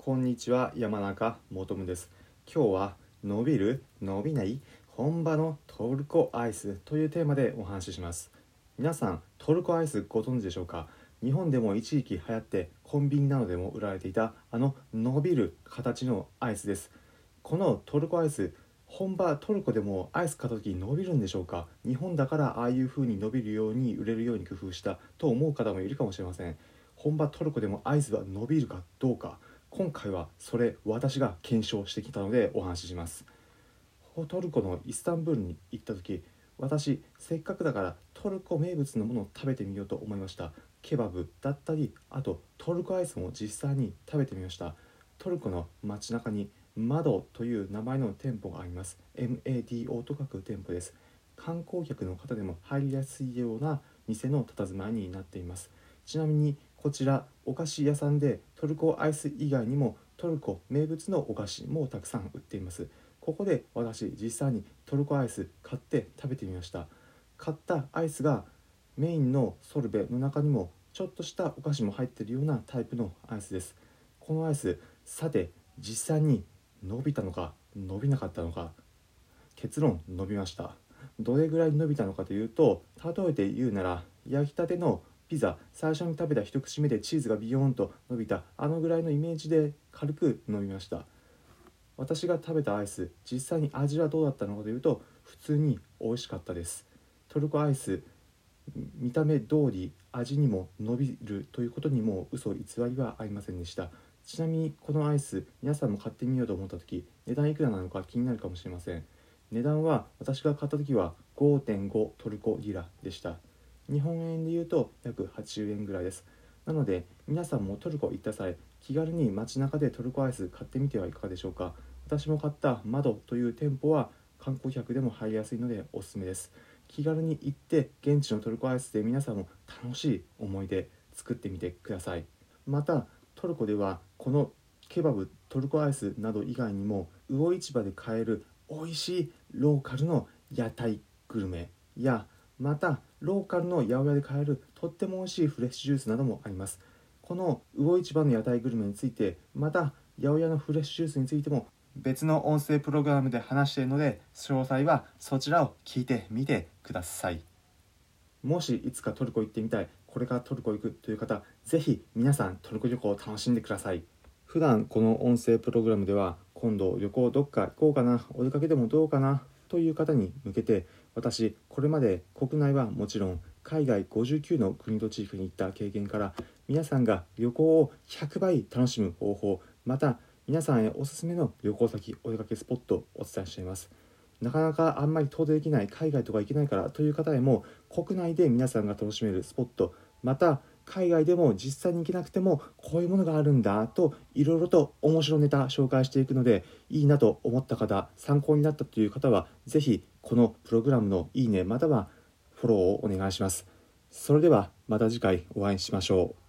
こんにちは、山中もとむです。今日は伸びる、伸びない本場のトルコアイスというテーマでお話しします。皆さん、トルコアイスご存知でしょうか？日本でも一時期流行ってコンビニなどでも売られていた伸びる形のアイスです。このトルコアイス、本場トルコでもアイス買った時に伸びるんでしょうか？日本だからああいう風に伸びるように売れるように工夫したと思う方もいるかもしれません。本場トルコでもアイスは伸びるかどうか、今回はそれ私が検証してきたのでお話しします。トルコのイスタンブールに行った時、私せっかくだからトルコ名物のものを食べてみようと思いました。ケバブだったり、あとトルコアイスも実際に食べてみました。トルコの街中にマドという名前の店舗があります。 MADO と書く店舗です。観光客の方でも入りやすいような店の佇まいになっています。ちなみにこちらお菓子屋さんでトルコアイス以外にもトルコ名物のお菓子もたくさん売っています。ここで私実際にトルコアイス買って食べてみました。買ったアイスがメインのソルベの中にもちょっとしたお菓子も入っているようなタイプのアイスです。このアイス、さて実際に伸びたのか伸びなかったのか。結論、伸びました。どれぐらい伸びたのかというと、例えて言うなら焼きたてのピザ、最初に食べた一口目でチーズがビヨーンと伸びたあのぐらいのイメージで軽く伸びました。私が食べたアイス、実際に味はどうだったのかというと、普通に美味しかったです。トルコアイス、見た目通り味にも伸びるということにも嘘偽りはありませんでした。ちなみにこのアイス、皆さんも買ってみようと思った時、値段いくらなのか気になるかもしれません。値段は私が買った時は 5.5 トルコリラでした。日本円で言うと約80円ぐらいです。なので皆さんもトルコ行った際、気軽に街中でトルコアイス買ってみてはいかがでしょうか。私も買ったマドという店舗は観光客でも入りやすいのでおすすめです。気軽に行って現地のトルコアイスで皆さんも楽しい思い出作ってみてください。またトルコではこのケバブ、トルコアイスなど以外にも魚市場で買える美味しいローカルの屋台グルメや、またローカルの八百屋で買えるとっても美味しいフレッシュジュースなどもあります。この魚市場の屋台グルメについて、また八百屋のフレッシュジュースについても別の音声プログラムで話しているので、詳細はそちらを聞いてみてください。もしいつかトルコ行ってみたい、これからトルコ行くという方、ぜひ皆さんトルコ旅行を楽しんでください。普段この音声プログラムでは、今度旅行どっか行こうかな、お出かけでもどうかなという方に向けて、私これまで国内はもちろん海外59の国と地域に行った経験から、皆さんが旅行を100倍楽しむ方法、また皆さんへおすすめの旅行先、お出かけスポットをお伝えしています。なかなかあんまり遠出できない、海外とか行けないからという方へも、国内で皆さんが楽しめるスポット、また海外でも実際に行けなくてもこういうものがあるんだと、いろいろと面白ネタ紹介していくので、いいなと思った方、参考になったという方はぜひこのプログラムのいいねまたはフォローをお願いします。それではまた次回お会いしましょう。